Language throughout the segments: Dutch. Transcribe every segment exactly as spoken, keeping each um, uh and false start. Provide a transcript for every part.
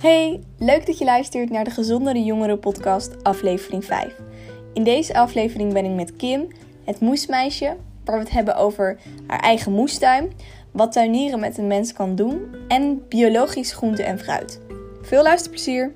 Hey, leuk dat je luistert naar de Gezondere Jongeren podcast aflevering vijf. In deze aflevering ben ik met Kim, het moesmeisje, waar we het hebben over haar eigen moestuin, wat tuinieren met een mens kan doen en biologisch groente en fruit. Veel luisterplezier!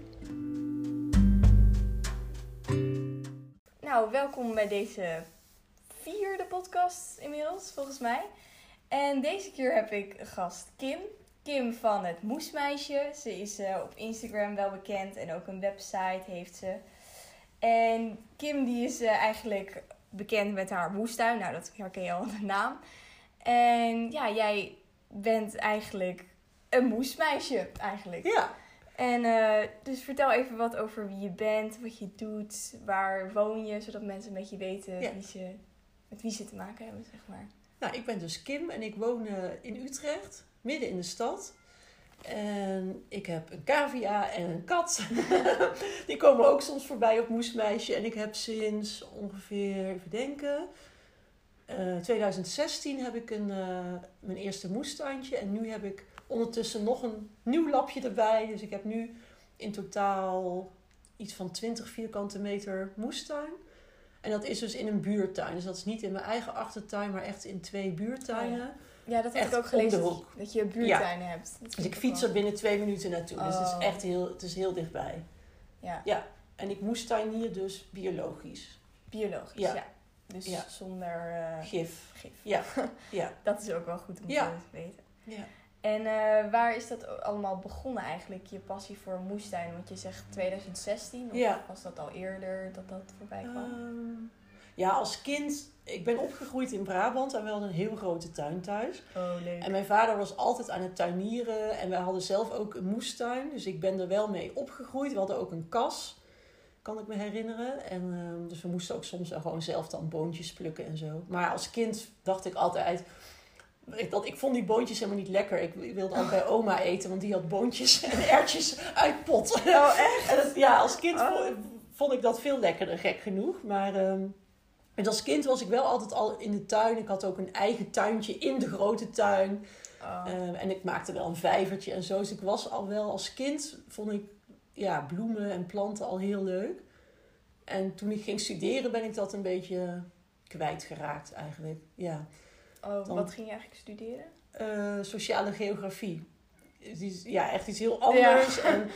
Nou, welkom bij deze vierde podcast inmiddels, volgens mij. En deze keer heb ik gast Kim. Kim van het Moesmeisje. Ze is uh, op Instagram wel bekend en ook een website heeft ze. En Kim die is uh, eigenlijk bekend met haar moestuin. Nou, dat herken je al aan de naam. En ja, jij bent eigenlijk een moesmeisje eigenlijk. Ja. En uh, dus vertel even wat over wie je bent, wat je doet, waar woon je, zodat mensen een beetje weten Ja. wie ze, met wie ze te maken hebben, zeg maar. Nou, ik ben dus Kim en ik woon uh, in Utrecht, midden in de stad. En ik heb een cavia en een kat. Die komen ook soms voorbij op Moesmeisje. En ik heb sinds ongeveer, even denken, uh, twintig zestien heb ik een, uh, mijn eerste moestuintje. En nu heb ik ondertussen nog een nieuw lapje erbij. Dus ik heb nu in totaal iets van twintig vierkante meter moestuin. En dat is dus in een buurtuin. Dus dat is niet in mijn eigen achtertuin, maar echt in twee buurtuinen. Oh ja. Ja, dat heb Echt ik ook gelezen, om de dat, hoek. dat je buurtuinen ja. hebt. Dat Dus ik ook fiets wel. er binnen twee minuten naartoe. Dus het is Oh. echt heel, het is heel dichtbij. Ja, Ja, en ik moestuin hier dus biologisch. biologisch, Ja. ja. Dus Ja. zonder uh, Gif. gif. Ja, ja. Dat is ook wel goed om Ja. te weten. ja. En uh, waar is dat allemaal begonnen eigenlijk, je passie voor een moestuin? Want je zegt twintig zestien, of Ja. was dat al eerder dat dat voorbij kwam? Ehm, ja, als kind, ik ben opgegroeid in Brabant en we hadden een heel grote tuin thuis. Oh, leuk. En mijn vader was altijd aan het tuinieren en wij hadden zelf ook een moestuin. Dus ik ben er wel mee opgegroeid. We hadden ook een kas, kan ik me herinneren. En, um, dus we moesten ook soms wel gewoon zelf dan boontjes plukken en zo. Maar als kind dacht ik altijd, ik, dat, ik vond die boontjes helemaal niet lekker. Ik, ik wilde altijd bij oma eten, want die had boontjes en erwtjes uit pot. Oh, echt? En dat, ja, als kind Oh. vond, vond ik dat veel lekkerder, gek genoeg. Maar um, en als kind was ik wel altijd al in de tuin. Ik had ook een eigen tuintje in de grote tuin. Oh. Um, en ik maakte wel een vijvertje en zo. Dus ik was al wel als kind, vond ik ja, bloemen en planten al heel leuk. En toen ik ging studeren ben ik dat een beetje kwijtgeraakt eigenlijk. Ja. oh, dan- wat ging je eigenlijk studeren? Uh, sociale geografie. Het is, ja, echt iets heel anders. Ja. En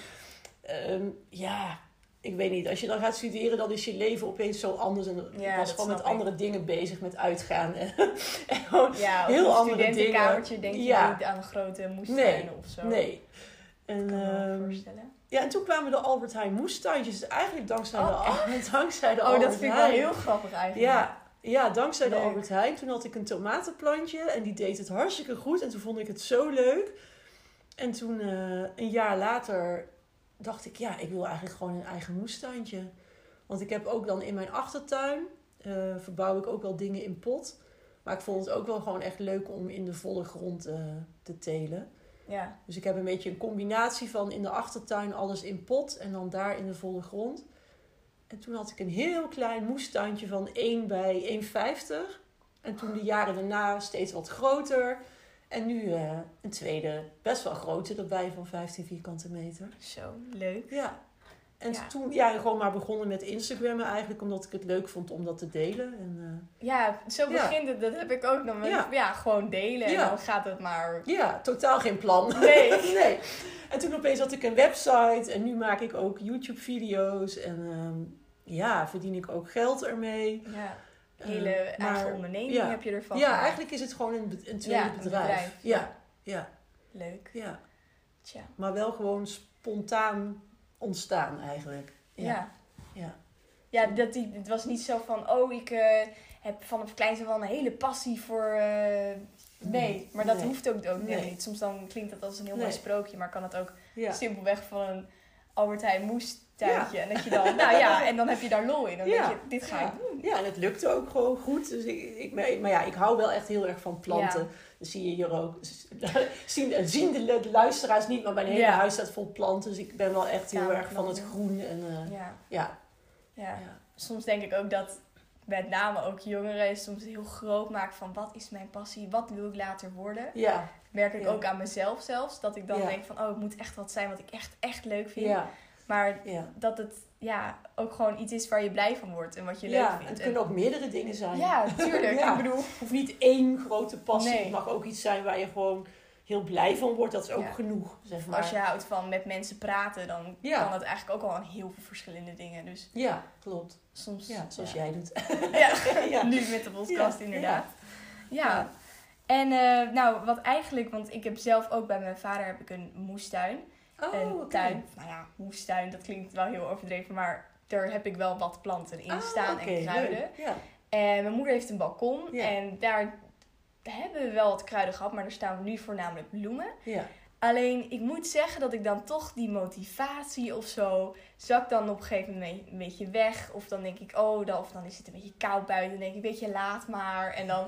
um, ja, ik weet niet. Als je dan gaat studeren, dan is je leven opeens zo anders. En Ja, ik was dat gewoon met snap ik. andere dingen bezig, met uitgaan. En, en gewoon Ja, heel op een andere dingen. studentenkamertje denk je Ja. niet aan grote moestuinen Nee, of zo. Nee. En, Dat kan ik me wel um, voorstellen. ja, en toen kwamen de Albert Heijn moestuintjes. Dus eigenlijk dankzij, Oh, de, Al- dankzij de Oh, Albert dat vind ik wel Heijn. heel grappig eigenlijk. Ja, ja, dankzij de Leuk. Albert Heijn. Toen had ik een tomatenplantje en die deed het hartstikke goed. En toen vond ik het zo leuk. En toen, uh, een jaar later, dacht ik, ja, ik wil eigenlijk gewoon een eigen moestuintje. Want ik heb ook dan in mijn achtertuin, uh, verbouw ik ook wel dingen in pot. Maar ik vond het ook wel gewoon echt leuk om in de volle grond uh, te telen. Ja. Dus ik heb een beetje een combinatie van in de achtertuin alles in pot en dan daar in de volle grond. En toen had ik een heel klein moestuintje van één bij één komma vijftig. En toen de jaren daarna steeds wat groter. En nu uh, een tweede, best wel grote erbij van vijftien vierkante meter. Zo, leuk. Ja. En Ja. toen ja, gewoon maar begonnen met Instagrammen eigenlijk, omdat ik het leuk vond om dat te delen. En, uh, Ja, zo Ja. begint het. Dat heb ik ook nog. Met, ja. Ja. gewoon delen. Ja. En dan gaat het maar... ja, totaal geen plan. Nee. nee. En toen opeens had ik een website en nu maak ik ook YouTube-video's. En um, ja, verdien ik ook geld ermee. Ja. Hele Uh, maar- eigen onderneming ja. heb je ervan Ja, gemaakt. eigenlijk is het gewoon een, be- een tweede Ja, een bedrijf. bedrijf. Ja, ja, Leuk. ja. Tja. Maar wel gewoon spontaan ontstaan eigenlijk. Ja. Ja. Ja, ja. ja dat die, het was niet zo van... Oh, ik uh, heb vanaf kleins af wel een hele passie voor... Uh, nee, maar dat Nee. hoeft ook, ook helemaal Nee. niet. Soms dan klinkt dat als een heel Nee. mooi sprookje. Maar kan het ook Ja. simpelweg van een Albert Heijn moestuintje. En dat je dan... Nou ja, en dan heb je daar lol in. Dan Ja. denk je, dit ga Ja. ik doen. Ja, en het lukte ook gewoon goed. Dus ik, ik, maar maar ja, ik hou wel echt heel erg van planten. Ja. Dat zie je hier ook. zien, zien de, de luisteraars niet, maar mijn hele Ja. huis staat vol planten. Dus ik ben wel echt heel Ja, erg van het planten. groen. En, uh, Ja. ja. Ja. Ja. Soms denk ik ook dat met name ook jongeren soms heel groot maken van wat is mijn passie, wat wil ik later worden. Ja. Merk ik Ja. ook aan mezelf zelfs, dat ik dan Ja. denk van oh, het moet echt wat zijn wat ik echt, echt leuk vind. Ja. Maar Ja. dat het ja, ook gewoon iets is waar je blij van wordt en wat je leuk Ja, vindt. het kunnen ook meerdere dingen zijn. Ja, tuurlijk. Ja. Ik bedoel, Het hoeft niet één grote passie. Nee. Het mag ook iets zijn waar je gewoon heel blij van wordt. Dat is ook Ja. genoeg, zeg maar. als je houdt van met mensen praten, dan Ja. kan dat eigenlijk ook al aan heel veel verschillende dingen. Dus Ja, klopt. soms... Ja, zoals ja. jij doet. Ja, Ja. nu met de podcast Ja, inderdaad. Ja. Ja. En eh, nou, wat eigenlijk, want ik heb zelf ook bij mijn vader heb ik een moestuin. Oh, een oké. tuin. Nou ja, moestuin, dat klinkt wel heel overdreven, maar daar heb ik wel wat planten in Ah, staan oké, en kruiden. leuk. Ja. En mijn moeder heeft een balkon Ja. en daar hebben we wel wat kruiden gehad, maar daar staan nu voornamelijk bloemen. Ja. Alleen, ik moet zeggen dat ik dan toch die motivatie of zo zak dan op een gegeven moment een beetje weg. Of dan denk ik, oh, dan, of dan is het een beetje koud buiten. Dan denk ik, weet je, laat maar. En dan,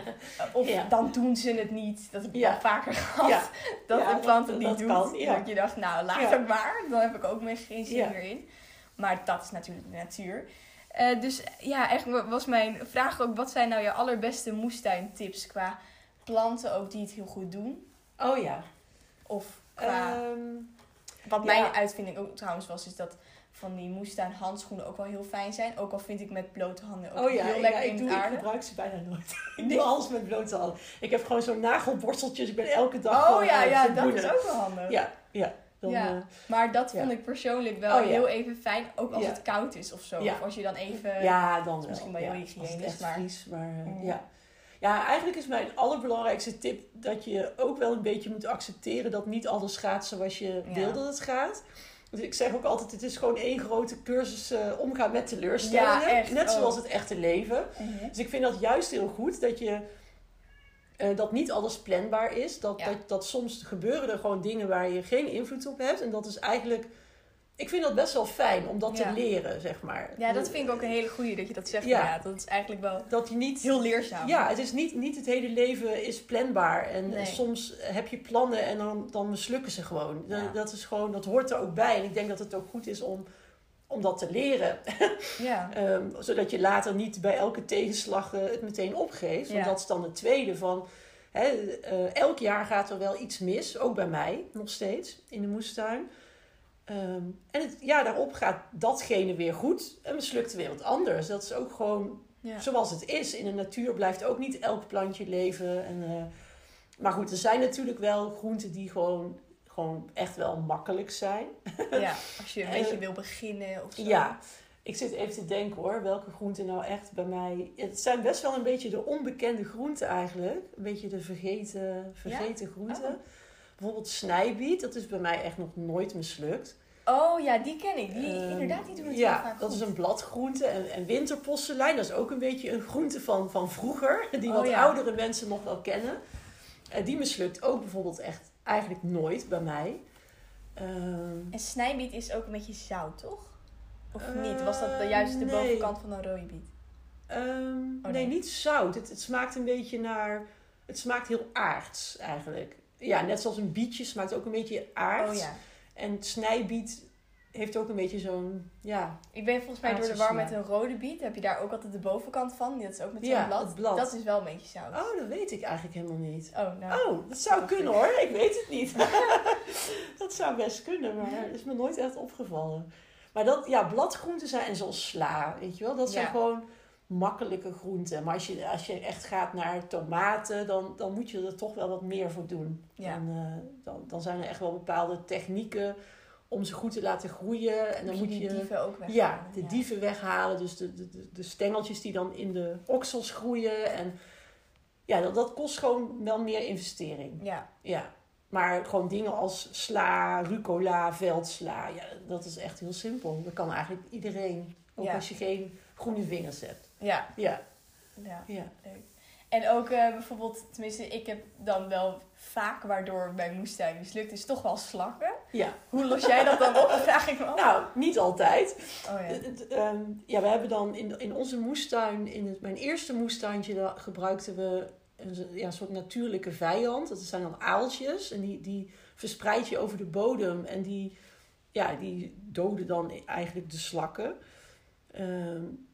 of Ja. dan doen ze het niet. Dat heb ik Ja. wel vaker gehad. Ja. Dat Ja, een plant het dat- niet dat doet. kan, ja. Dat je dacht, nou, laat Ja. het maar. Dan heb ik ook meer geen zin Ja. meer in. Maar dat is natuurlijk de natuur. Eh, dus ja, echt was mijn vraag ook, wat zijn nou je allerbeste moestuintips qua planten ook die het heel goed doen? Oh ja. Of qua... Ehm, Wat Ja. mijn uitvinding ook trouwens was, is dat van die moestuin handschoenen ook wel heel fijn zijn. Ook al vind ik met blote handen ook oh ja, heel ja, lekker ik, in doe, het ik aarde. gebruik ze bijna nooit. ik Nee. doe alles met blote handen. Ik heb gewoon zo'n nagelborsteltjes. Ik ben elke dag Oh gewoon ja, aan het ja, dat verboenen. is ook wel handig. Ja, ja. Dan, Ja. eh, Maar dat Ja. vond ik persoonlijk wel Oh ja. heel even fijn. Ook als Ja. het koud is of zo. Ja. Of als je dan even... ja, dan wel. misschien wel ja, heel als het hygiënisch, echt maar- vries, maar eh, Mm. ja. Ja, eigenlijk is mijn allerbelangrijkste tip dat je ook wel een beetje moet accepteren dat niet alles gaat zoals je Ja. wil dat het gaat. Dus ik zeg ook altijd, het is gewoon één grote cursus eh, omgaan met teleurstellingen. Ja, echt. Net Oh. zoals het echte leven. Mhm. Dus ik vind dat juist heel goed dat je eh, dat niet alles planbaar is. Dat, Ja. dat, dat soms gebeuren er gewoon dingen waar je geen invloed op hebt. En dat is eigenlijk, ik vind dat best wel fijn om dat Ja. te leren, zeg maar. Ja, dat vind ik ook een hele goeie dat je dat zegt. Ja. Ja. Dat is eigenlijk wel Dat je niet heel leerzaam. Ja, het is niet, niet het hele leven is planbaar. En Nee. soms heb je plannen en dan, dan mislukken ze gewoon. Dat, Ja. dat is gewoon. Dat hoort er ook bij. En ik denk dat het ook goed is om, om dat te leren. Ja. Ehm, zodat je later niet bij elke tegenslag eh, het meteen opgeeft. Want Ja. dat is dan het tweede van... Hè, eh, elk jaar gaat er wel iets mis. Ook bij mij nog steeds in de moestuin. Ehm, en het jaar daarop gaat datgene weer goed. En mislukt er weer wat anders. Dat is ook gewoon... Ja. Zoals het is. In de natuur blijft ook niet elk plantje leven. En, eh, maar goed, er zijn natuurlijk wel groenten die gewoon, gewoon echt wel makkelijk zijn. Ja, als je een Eh, beetje wil beginnen of zo. Ja, ik zit even te denken hoor. Welke groenten nou echt bij mij... Het zijn best wel een beetje de onbekende groenten eigenlijk. Een beetje de vergeten, vergeten groenten. Oh. Bijvoorbeeld snijbiet. Dat is bij mij echt nog nooit mislukt. Oh ja, die ken ik. Die, Ehm, inderdaad, die doen het ja, heel vaak dat goed. is een bladgroente. En, en winterposselijn, dat is ook een beetje een groente van, van vroeger. Die Oh, wat ja. oudere mensen nog wel kennen. Uh, die mislukt ook bijvoorbeeld echt eigenlijk nooit bij mij. Ehm, En snijbiet is ook een beetje zout, toch? Of Eh, niet? Was dat de, juist de nee. bovenkant van een rode biet? ehm, Oh, nee. nee. niet zout. Het, het smaakt een beetje naar... Het smaakt heel aards eigenlijk. Ja, net zoals een bietje smaakt ook een beetje aards. Oh ja. En snijbiet heeft ook een beetje zo'n... Ja, Ik ben volgens mij door de Aardse war met smaak. een rode biet. Heb je daar ook altijd de bovenkant van? Dat is ook met zo'n Ja, blad. het blad. Dat is wel een beetje zout. oh, dat weet ik eigenlijk helemaal niet. Oh, nou. Oh, dat zou kunnen hoor. Ik weet het niet. Dat zou best kunnen, maar het is me nooit echt opgevallen. Maar dat, ja, bladgroenten zijn en zoals sla, weet je wel. Dat zijn Ja. gewoon makkelijke groenten. Maar als je, als je echt gaat naar tomaten, dan, dan moet je er toch wel wat meer voor doen. Ja. Dan, eh, dan, dan zijn er echt wel bepaalde technieken om ze goed te laten groeien. En dan moet die je... dieven ook weg. Ja, de dieven weghalen. Dus de, de, de- de stengeltjes die dan in de oksels groeien. En ja, dat, dat kost gewoon wel meer investering. Ja. Ja. Maar gewoon dingen als sla, rucola, veldsla. Ja, dat is echt heel simpel. Dat kan eigenlijk iedereen. Ook Ja. als je geen groene vingers hebt. Ja. Ja, Ja. ja. Leuk. En ook eh, bijvoorbeeld, tenminste, ik heb dan wel vaak, waardoor mijn moestuin mislukt, is toch wel slakken. Ja. Hoe los jij dat dan op? Vraag ik me af. Nou, niet altijd. Oh ja. Het- het, ehm, ja, we hebben dan in, in onze moestuin, in het, mijn eerste moestuintje, daar gebruikten we een, zo- ja, een soort natuurlijke vijand. Dat zijn dan aaltjes en die, die verspreid je over de bodem en die, ja, die doden dan eigenlijk de slakken. Ehm,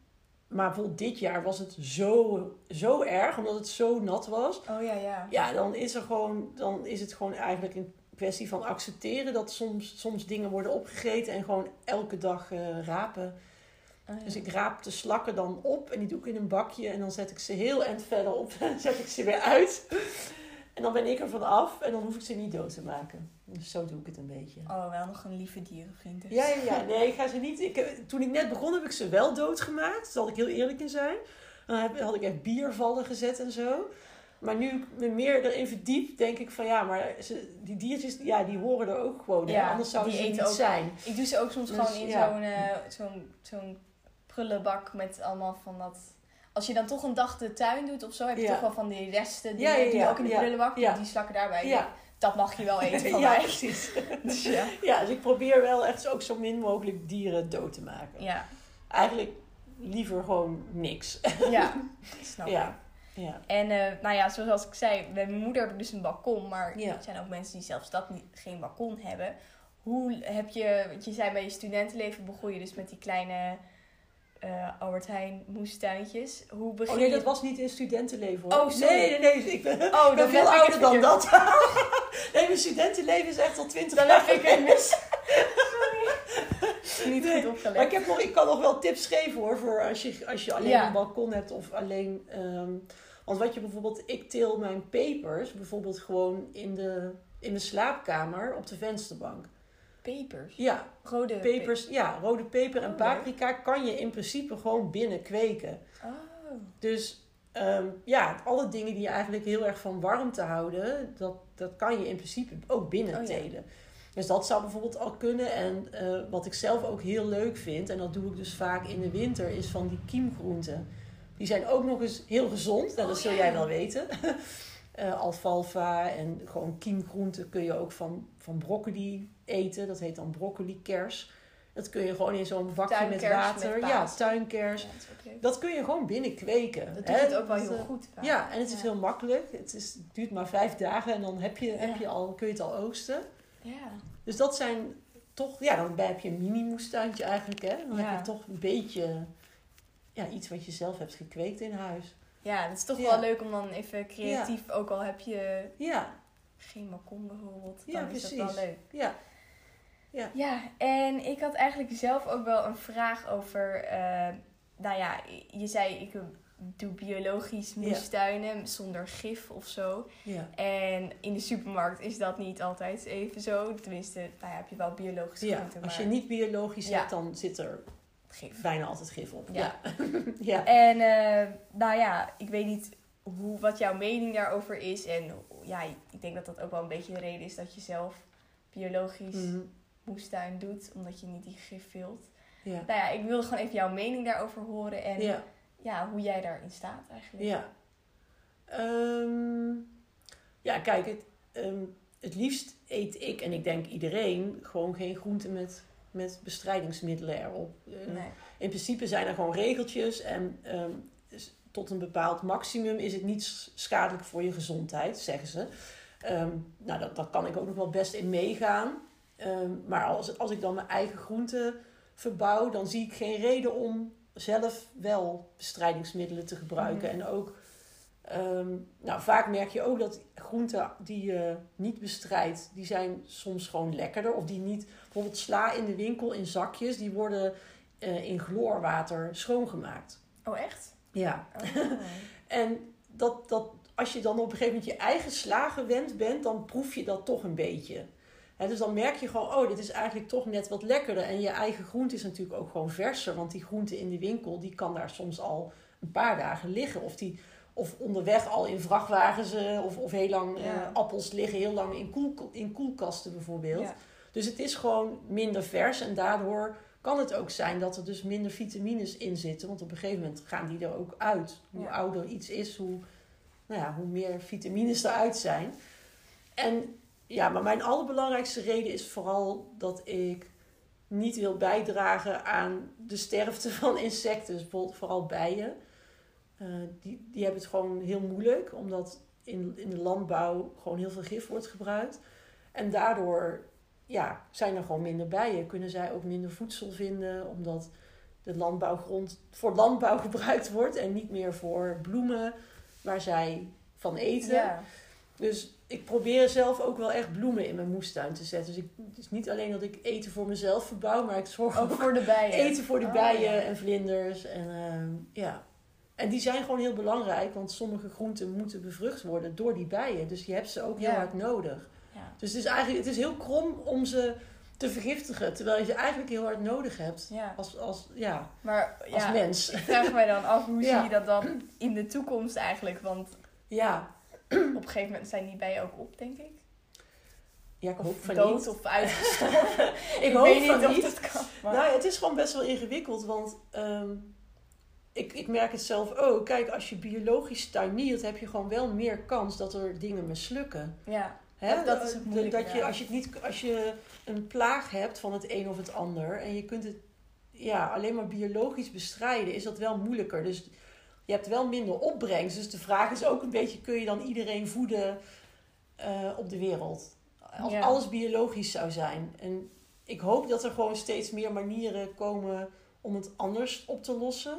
maar bijvoorbeeld dit jaar was het zo, zo erg, omdat het zo nat was. Oh ja, ja. Ja, dan is, er gewoon, dan is het gewoon eigenlijk een kwestie van accepteren dat soms, soms dingen worden opgegeten en gewoon elke dag uh, rapen. Oh, ja. Dus ik raap de slakken dan op en die doe ik in een bakje en dan zet ik ze heel eind verder op en zet ik ze weer uit. En dan ben ik er van af en dan hoef ik ze niet dood te maken. Dus zo doe ik het een beetje. Oh, wel nog een lieve dierenvriend. Dus. Ja, ja, ja. Nee, ik ga ze niet. Ik, toen ik net begon heb ik ze wel doodgemaakt. Daar zal ik heel eerlijk in zijn. Dan heb, had ik echt biervallen gezet en zo. Maar nu ik me meer erin verdiep, denk ik van ja, maar ze, die diertjes, ja, die horen er ook gewoon. Ja, hè? Anders zouden die ze eten niet ook, zijn. Ik doe ze ook soms Dus, gewoon in ja. zo'n, uh, zo'n, zo'n prullenbak met allemaal van dat... Als je dan toch een dag de tuin doet of zo, heb je Ja. toch wel van die resten die Ja, ja, doe je ja, ook in de ja, prullenbak. ja. Die slakken daarbij. Ja. Dat mag je wel eten van Ja, mij. precies. Dus ja. Ja, dus ik probeer wel echt ook zo min mogelijk dieren dood te maken. Ja, Eigenlijk liever gewoon niks. ja. Snap Ja. ik. Ja. En uh, nou ja, zoals ik zei, bij mijn moeder heb ik dus een balkon. Maar Ja. er zijn ook mensen die zelfs dat niet, geen balkon hebben. Hoe heb je, want je zei bij je studentenleven begon je dus met die kleine uh, Albert Heijn moestuintjes. Hoe begin Oh nee, je... dat was niet in studentenleven hoor. Oh, sorry. Nee, nee, nee. Ik ben, Oh, ik ben dan veel heb ik ouder het dan verkeerd. dat. Nee, mijn studentenleven is echt al twintig Dan jaar heb ik het mis. Sorry. Niet Nee, goed opgelet. Maar ik, heb nog, ik kan nog wel tips geven hoor, voor als je, als je alleen Ja. een balkon hebt of alleen... Um, want wat je bijvoorbeeld, ik til mijn pepers bijvoorbeeld gewoon in de, in de slaapkamer op de vensterbank. Pepers? Ja, Rode pepers, ja, rode peper en Oh, paprika kan je in principe gewoon binnen kweken. Oh. Dus um, ja, alle dingen die je eigenlijk heel erg van warmte houden, dat, dat kan je in principe ook binnen Oh, ja. telen. Dus dat zou bijvoorbeeld al kunnen. En uh, wat ik zelf ook heel leuk vind, en dat doe ik dus vaak in de winter, is van die kiemgroenten. Die zijn ook nog eens heel gezond. Nou, dat Oh, zul ja. jij wel weten. uh, alfalfa en gewoon kiemgroenten kun je ook van, van broccoli eten. Dat heet dan broccoli kers. Dat kun je gewoon in zo'n bakje met Tuinkers water. met ja, paas. tuinkers. Ja, dat is ook leuk. Dat kun je gewoon binnen kweken. Dat hè? doet het ook wel Dus, heel uh, goed. vaak. Ja, en het is Ja. heel makkelijk. Het, is, het duurt maar vijf dagen en dan heb je, Ja. heb je al, kun je het al oogsten. Ja. Dus dat zijn toch... Ja, dan heb je een mini-moestuintje eigenlijk. Hè? Dan Ja. heb je toch een beetje... Ja, iets wat je zelf hebt gekweekt in huis. Ja, dat is toch Ja. wel leuk om dan even creatief, ook al heb je Ja, geen balkon bijvoorbeeld, Ja, dan is dat precies. wel leuk. ja. Ja, en ik had eigenlijk zelf ook wel een vraag over, uh, nou ja, je zei ik doe biologisch moestuinen zonder gif of zo. Ja. En in de supermarkt is dat niet altijd even zo. Tenminste, nou ja, heb je wel biologische Ja, groenten, als maar je niet biologisch Ja. hebt, dan zit er gif. bijna altijd gif op. Ja. Ja. ja. En uh, nou ja, ik weet niet hoe, wat jouw mening daarover is. En ja, ik denk dat dat ook wel een beetje de reden is dat je zelf biologisch Mm-hmm. moestuin doet. Omdat je niet die gif wilt. Ja. Nou ja, ik wilde gewoon even jouw mening daarover horen. En ja, Ja. hoe jij daarin staat eigenlijk. Ja. Um, ja, kijk, het, um, het liefst eet ik, en ik denk iedereen, gewoon geen groenten met, met bestrijdingsmiddelen erop. Uh, Nee. In principe zijn er gewoon regeltjes en um, dus tot een bepaald maximum is het niet schadelijk voor je gezondheid, zeggen ze. Um, nou, dat, dat kan ik ook nog wel best in meegaan. Um, maar als, als ik dan mijn eigen groenten verbouw, dan zie ik geen reden om zelf wel bestrijdingsmiddelen te gebruiken. Mm-hmm. En ook, um, nou, vaak merk je ook dat groenten die je niet bestrijdt, die zijn soms gewoon lekkerder. Of die niet, bijvoorbeeld sla in de winkel in zakjes, die worden uh, in chloorwater schoongemaakt. Oh, echt? Ja. Oh. En dat, dat, als je dan op een gegeven moment je eigen sla gewend bent, dan proef je dat toch een beetje. He, dus dan merk je gewoon, oh, dit is eigenlijk toch net wat lekkerder. En je eigen groente is natuurlijk ook gewoon verser. Want die groente in de winkel, die kan daar soms al een paar dagen liggen. Of, die, of onderweg al in vrachtwagens, uh, of, of heel lang, uh, Ja. appels liggen heel lang in, koel, in koelkasten bijvoorbeeld. Ja. Dus het is gewoon minder vers. En daardoor kan het ook zijn dat er dus minder vitamines in zitten. Want op een gegeven moment gaan die er ook uit. Hoe Ja. ouder iets is, hoe, nou ja, hoe meer vitamines eruit zijn. En ja, maar mijn allerbelangrijkste reden is vooral dat ik niet wil bijdragen aan de sterfte van insecten. Dus bijvoorbeeld vooral bijen. Uh, die, die hebben het gewoon heel moeilijk. Omdat in, in de landbouw gewoon heel veel gif wordt gebruikt. En daardoor ja, zijn er gewoon minder bijen. Kunnen zij ook minder voedsel vinden. Omdat de landbouwgrond voor landbouw gebruikt wordt. En niet meer voor bloemen waar zij van eten. Ja. Dus ik probeer zelf ook wel echt bloemen in mijn moestuin te zetten. Dus ik, het is niet alleen dat ik eten voor mezelf verbouw, maar ik zorg Ook ook voor de bijen. eten voor de Oh, bijen ja. en vlinders. En, uh, ja. en die zijn gewoon heel belangrijk, want sommige groenten moeten bevrucht worden door die bijen. Dus je hebt ze ook heel Ja. hard nodig. Ja. Dus het is eigenlijk het is heel krom om ze te vergiftigen, terwijl je ze eigenlijk heel hard nodig hebt Ja. als, als, ja, Maar als ja, mens. ik vraag mij dan af, hoe Ja. zie je dat dan in de toekomst eigenlijk? Want Ja. op een gegeven moment zijn die bijen ook op, denk ik. ja, ik Of hoop van dood niet. of uitgestorven. Ik ik hoop weet van niet of niet. dat kan. Maar... Nou ja, het is gewoon best wel ingewikkeld, want um, ik, ik merk het zelf ook. Kijk, als je biologisch tuiniert, heb je gewoon wel meer kans dat er dingen mislukken. ja, Hè? dat, dat is het De- moeilijke. dat je, als, je het niet, als je een plaag hebt van het een of het ander en je kunt het ja, alleen maar biologisch bestrijden, is dat wel moeilijker. Dus je hebt wel minder opbrengst. Dus de vraag is ook een beetje, kun je dan iedereen voeden uh, op de wereld? Als Ja. alles biologisch zou zijn. En ik hoop dat er gewoon steeds meer manieren komen om het anders op te lossen.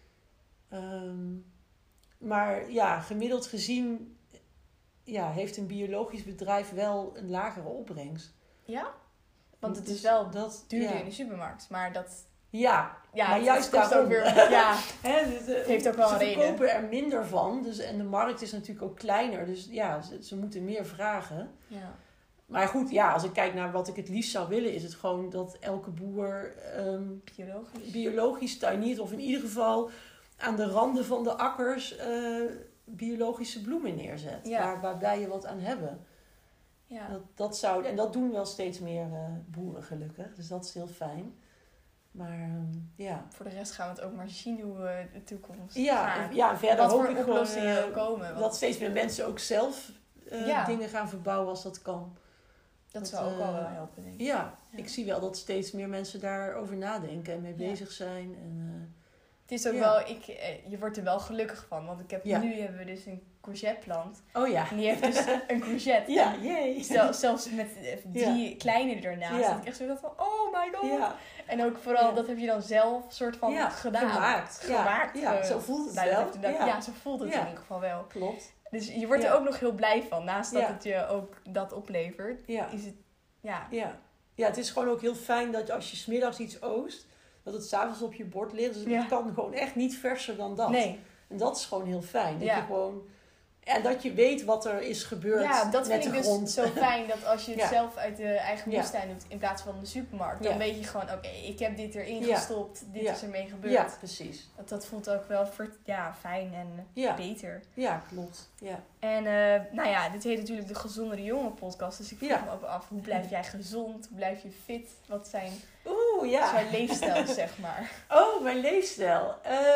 Um, maar ja, gemiddeld gezien ja, heeft een biologisch bedrijf wel een lagere opbrengst. Ja? Want het Dus is wel dat, duurder ja. in de supermarkt. Maar dat... Ja, Ja, maar het juist kost ook daarom. weer... Ja, Hè, dus, uh, het heeft ook wel ze een reden. verkopen er minder van. Dus, en de markt is natuurlijk ook kleiner. Dus ja, ze, ze moeten meer vragen. ja. Maar goed, ja, als ik kijk naar wat ik het liefst zou willen, is het gewoon dat elke boer um, Biologisch. biologisch tuiniert. Of in ieder geval aan de randen van de akkers uh, biologische bloemen neerzet. Ja. Waar, waarbij je wat aan hebben. Ja. Dat, dat zou, en dat doen wel steeds meer uh, boeren gelukkig. Dus dat is heel fijn. Maar um, ja. Voor de rest gaan we het ook maar zien hoe uh, de toekomst Ja, gaat. en, ja, en verder Wat hoop voor ik gewoon oplossingen uh, komen. Want dat steeds meer mensen ook zelf uh, Ja. dingen gaan verbouwen als dat kan. dat dat, zou ook uh, wel wel helpen, denk ik. Ja, Ja. ik zie wel dat steeds meer mensen daarover nadenken en mee Ja. bezig zijn. En, uh, Het is ook Ja. wel... Ik, eh, je wordt er wel gelukkig van. Want ik heb, Ja. nu hebben we dus een courgetteplant. oh ja. En die heeft dus een courgette. Ja, jee. Zel, zelfs met eh, die kleine ernaast. Ja. Dat ik echt zo dacht van, oh my god. Ja, En ook vooral, Ja. dat heb je dan zelf soort van ja, gedaan. gemaakt. Gemaakt, Ja, ja, eh, zo voelt het Nou, dat wel. heeft inderdaad- ja. ja, zo voelt het Ja. in ieder geval wel. Klopt. Dus je wordt Ja. er ook nog heel blij van. Naast dat Ja. het je ook dat oplevert, Ja. is het, ja, Ja. ja, het is gewoon ook heel fijn dat als je 's middags iets oost, dat het 's avonds op je bord ligt. Dus Ja. het kan gewoon echt niet verser dan dat. nee. En dat is gewoon heel fijn. Dat Ja. je gewoon... En dat je weet wat er is gebeurd Ja, dat met vind de ik grond. dus zo fijn dat als je het Ja. zelf uit de eigen Ja. moestuin doet in plaats van de supermarkt, dan Ja. weet je gewoon, oké, ik heb dit erin Ja. gestopt, dit Ja. is ermee gebeurd. Ja, precies. Dat, dat voelt ook wel ver, ja, fijn en Ja. beter. Ja, klopt. Ja. En eh, nou ja, dit heet natuurlijk de Gezondere Jongen podcast. Dus ik vroeg Ja. me ook af, hoe blijf jij gezond? Hoe blijf je fit? Wat zijn Oeh, ja. jouw leefstijl, zeg maar? Oh, mijn leefstijl.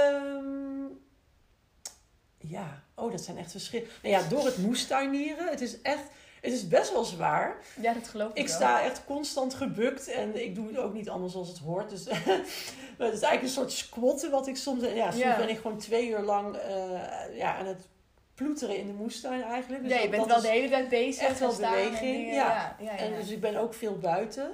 Um, ja, oh, dat zijn echt verschillen. Nou ja, door het moestuinieren. Het is echt, het is best wel zwaar. Ja, dat geloof ik Ik wel. sta echt constant gebukt en ik doe het ook niet anders als het hoort. Dus het is eigenlijk een soort squatten wat ik soms... Ja, soms Ja. ben ik gewoon twee uur lang uh, ja, aan het ploeteren in de moestuin eigenlijk. Dus Nee, je dat- bent dat wel is de hele tijd bezig. echt wel en staan en beweging, dingen. ja. Ja, ja, ja. En dus ik ben ook veel buiten.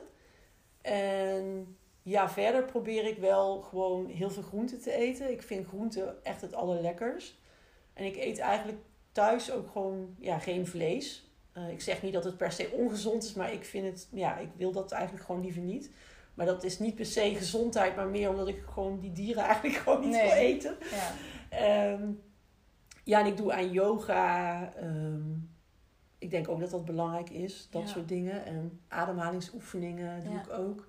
En ja, verder probeer ik wel gewoon heel veel groente te eten. Ik vind groente echt het allerlekkers. En ik eet eigenlijk thuis ook gewoon ja, geen vlees. Uh, ik zeg niet dat het per se ongezond is, maar ik vind het, ja, ik wil dat eigenlijk gewoon liever niet. Maar dat is niet per se gezondheid, maar meer omdat ik gewoon die dieren eigenlijk gewoon niet Nee. wil eten. Ja. Um, ja, en ik doe aan yoga. Um, ik denk ook dat dat belangrijk is, dat Ja. soort dingen. En ademhalingsoefeningen doe Ja. ik ook.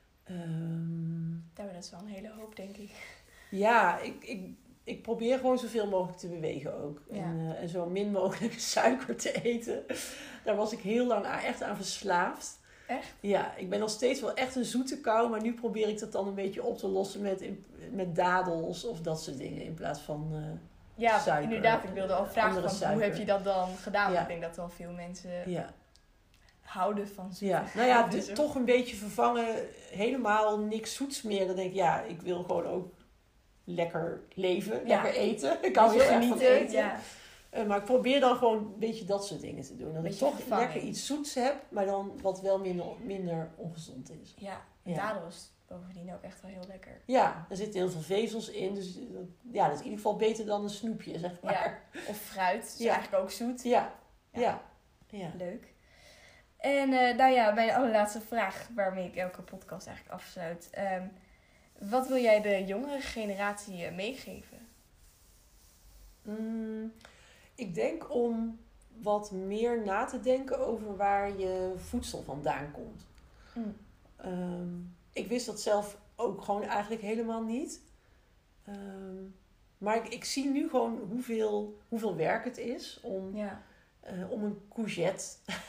Um, Ja, maar dat is wel een hele hoop, denk ik. ja, ik, ik, ik probeer gewoon zoveel mogelijk te bewegen ook. Ja. En, uh, en zo min mogelijk suiker te eten. Daar was ik heel lang aan, echt aan verslaafd. Echt? Ja, ik ben nog steeds wel echt een zoete kou. Maar nu probeer ik dat dan een beetje op te lossen met, met dadels of dat soort dingen. In plaats van uh, Ja, suiker, inderdaad. Ik wilde al vragen, andere van, hoe suiker. heb je dat dan gedaan? Ja. Want ik denk dat wel veel mensen Ja. houden van zoete Ja, nou ja, dus dus toch een beetje vervangen. Helemaal niks zoets meer. Dan denk ik, ja, ik wil gewoon ook lekker leven. Ja. Lekker eten. Ik hou heel erg van genieten. eten. Ja. Uh, maar ik probeer dan gewoon een beetje dat soort dingen te doen. Dat ik Beetje toch vervanging. lekker iets zoets heb. Maar dan wat wel minder, minder ongezond is. Ja, Ja. dadel is bovendien ook echt wel heel lekker. Ja, er zitten heel veel vezels in. Dus dat, ja, dat is in ieder geval beter dan een snoepje, zeg maar. Ja, of fruit. Dat is Ja. eigenlijk ook zoet. Ja, Ja. ja, ja. Leuk. En uh, nou ja, mijn allerlaatste vraag, waarmee ik elke podcast eigenlijk afsluit. Um, wat wil jij de jongere generatie uh, meegeven? Mm, ik denk om wat meer na te denken over waar je voedsel vandaan komt. Mm. Um, ik wist dat zelf ook gewoon eigenlijk helemaal niet. Um, maar ik, ik zie nu gewoon hoeveel, hoeveel werk het is om, Ja. uh, om een courgette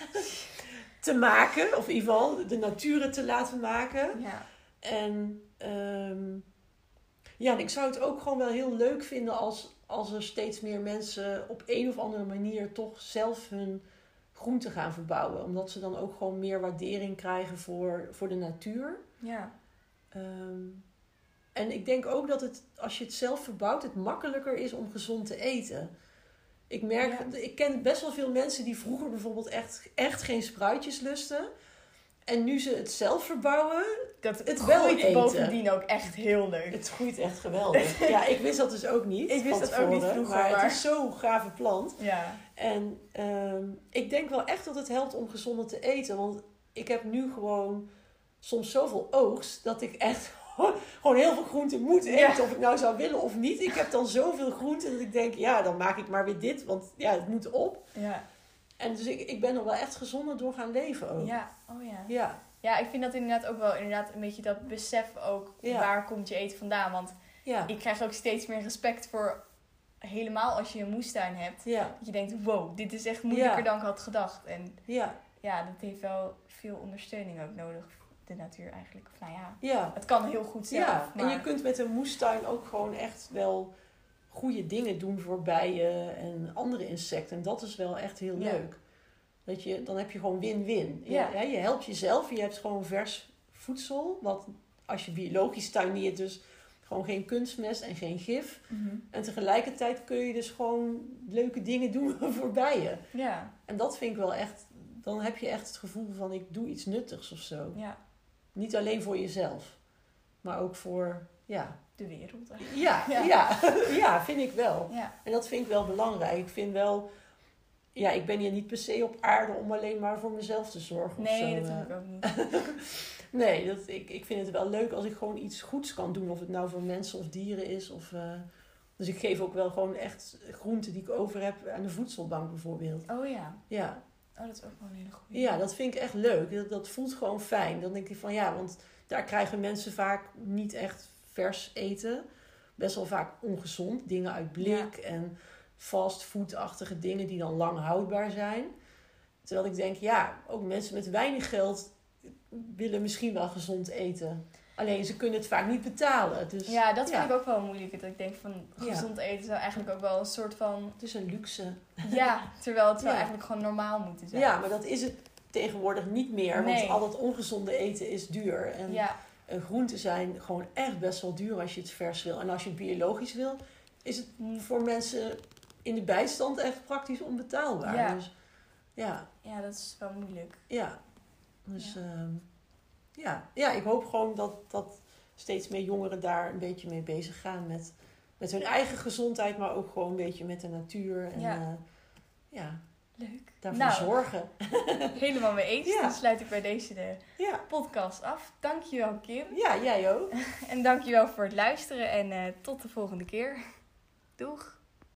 te maken. Of in ieder geval de nature te laten maken. Ja. En um, ja, en ik zou het ook gewoon wel heel leuk vinden als, als er steeds meer mensen op een of andere manier toch zelf hun groenten gaan verbouwen. Omdat ze dan ook gewoon meer waardering krijgen voor, voor de natuur. Ja. Um, en ik denk ook dat het, als je het zelf verbouwt, het makkelijker is om gezond te eten. Ik merk, ja. ik ken best wel veel mensen die vroeger bijvoorbeeld echt, echt geen spruitjes lusten. En nu ze het zelf verbouwen, dat het wel groeit eten. Bovendien ook echt heel leuk. Het groeit echt geweldig. Ja, ik wist dat dus ook niet. Ik wist dat ook niet vroeger. Maar, maar het is zo'n gave plant. Ja. En um, ik denk wel echt dat het helpt om gezonder te eten. Want ik heb nu gewoon soms zoveel oogst dat ik echt gewoon heel veel groenten moet eten. Ja. Of ik nou zou willen of niet. Ik heb dan zoveel groenten dat ik denk, ja, dan maak ik maar weer dit. Want ja, het moet op. Ja. En dus ik, ik ben er wel echt gezonder door gaan leven ook. Ja, oh ja. Ja. Ja, ik vind dat inderdaad ook wel inderdaad een beetje dat besef ook. Ja. Waar komt je eten vandaan? Want ja. ik krijg ook steeds meer respect voor, helemaal als je een moestuin hebt. Ja. Dat je denkt, wow, dit is echt moeilijker ja. dan ik had gedacht. En ja. ja, dat heeft wel veel ondersteuning ook nodig. De natuur eigenlijk. Of nou ja, ja. het kan heel goed zelf. Ja, maar... en je kunt met een moestuin ook gewoon echt wel goede dingen doen voor bijen en andere insecten. En dat is wel echt heel ja. leuk. Dat je, dan heb je gewoon win-win. Ja. Ja, je helpt jezelf, je hebt gewoon vers voedsel. Wat als je biologisch tuiniert, dus gewoon geen kunstmest en geen gif. Mm-hmm. En tegelijkertijd kun je dus gewoon leuke dingen doen voor bijen. Ja. En dat vind ik wel echt, dan heb je echt het gevoel van ik doe iets nuttigs of zo. Ja. Niet alleen voor jezelf, maar ook voor, ja... de wereld. Ja, ja. Ja, ja, vind ik wel. Ja. En dat vind ik wel belangrijk. Ik vind wel... Ja, ik ben hier niet per se op aarde om alleen maar voor mezelf te zorgen. Nee, of zo. dat doe ik ook niet. Nee, dat, ik, ik vind het wel leuk als ik gewoon iets goeds kan doen. Of het nou voor mensen of dieren is. Of, uh, dus ik geef ook wel gewoon echt groenten die ik over heb aan de voedselbank bijvoorbeeld. Oh ja. Ja. Oh, dat is ook wel een hele goede. Ja, dat vind ik echt leuk. Dat, dat voelt gewoon fijn. Dan denk ik van ja, want daar krijgen mensen vaak niet echt vers eten. Best wel vaak ongezond. Dingen uit blik ja. en fastfood-achtige dingen die dan lang houdbaar zijn. Terwijl ik denk, ja, ook mensen met weinig geld willen misschien wel gezond eten. Alleen ze kunnen het vaak niet betalen. Dus, ja, dat vind ja. ik ook wel moeilijk. Dat ik denk van gezond ja. eten zou eigenlijk ook wel een soort van... Het is een luxe. Ja, terwijl het zou ja. eigenlijk gewoon normaal moeten zijn. Ja, maar dat is het tegenwoordig niet meer. Nee. Want al dat ongezonde eten is duur. En ja. groenten zijn gewoon echt best wel duur als je het vers wil. En als je het biologisch wil, is het voor mensen in de bijstand echt praktisch onbetaalbaar. Ja. Dus, ja. ja, dat is wel moeilijk. Ja. Dus ja. Uh, ja. ja, ik hoop gewoon dat, dat steeds meer jongeren daar een beetje mee bezig gaan. Met, met hun eigen gezondheid, maar ook gewoon een beetje met de natuur. En, ja. Uh, ja. Leuk. Daarvoor nou, zorgen. Helemaal mee eens. Ja. Dan sluit ik bij deze de ja. podcast af. Dankjewel, Kim. Ja, jij ook. En dankjewel voor het luisteren. En uh, tot de volgende keer. Doeg.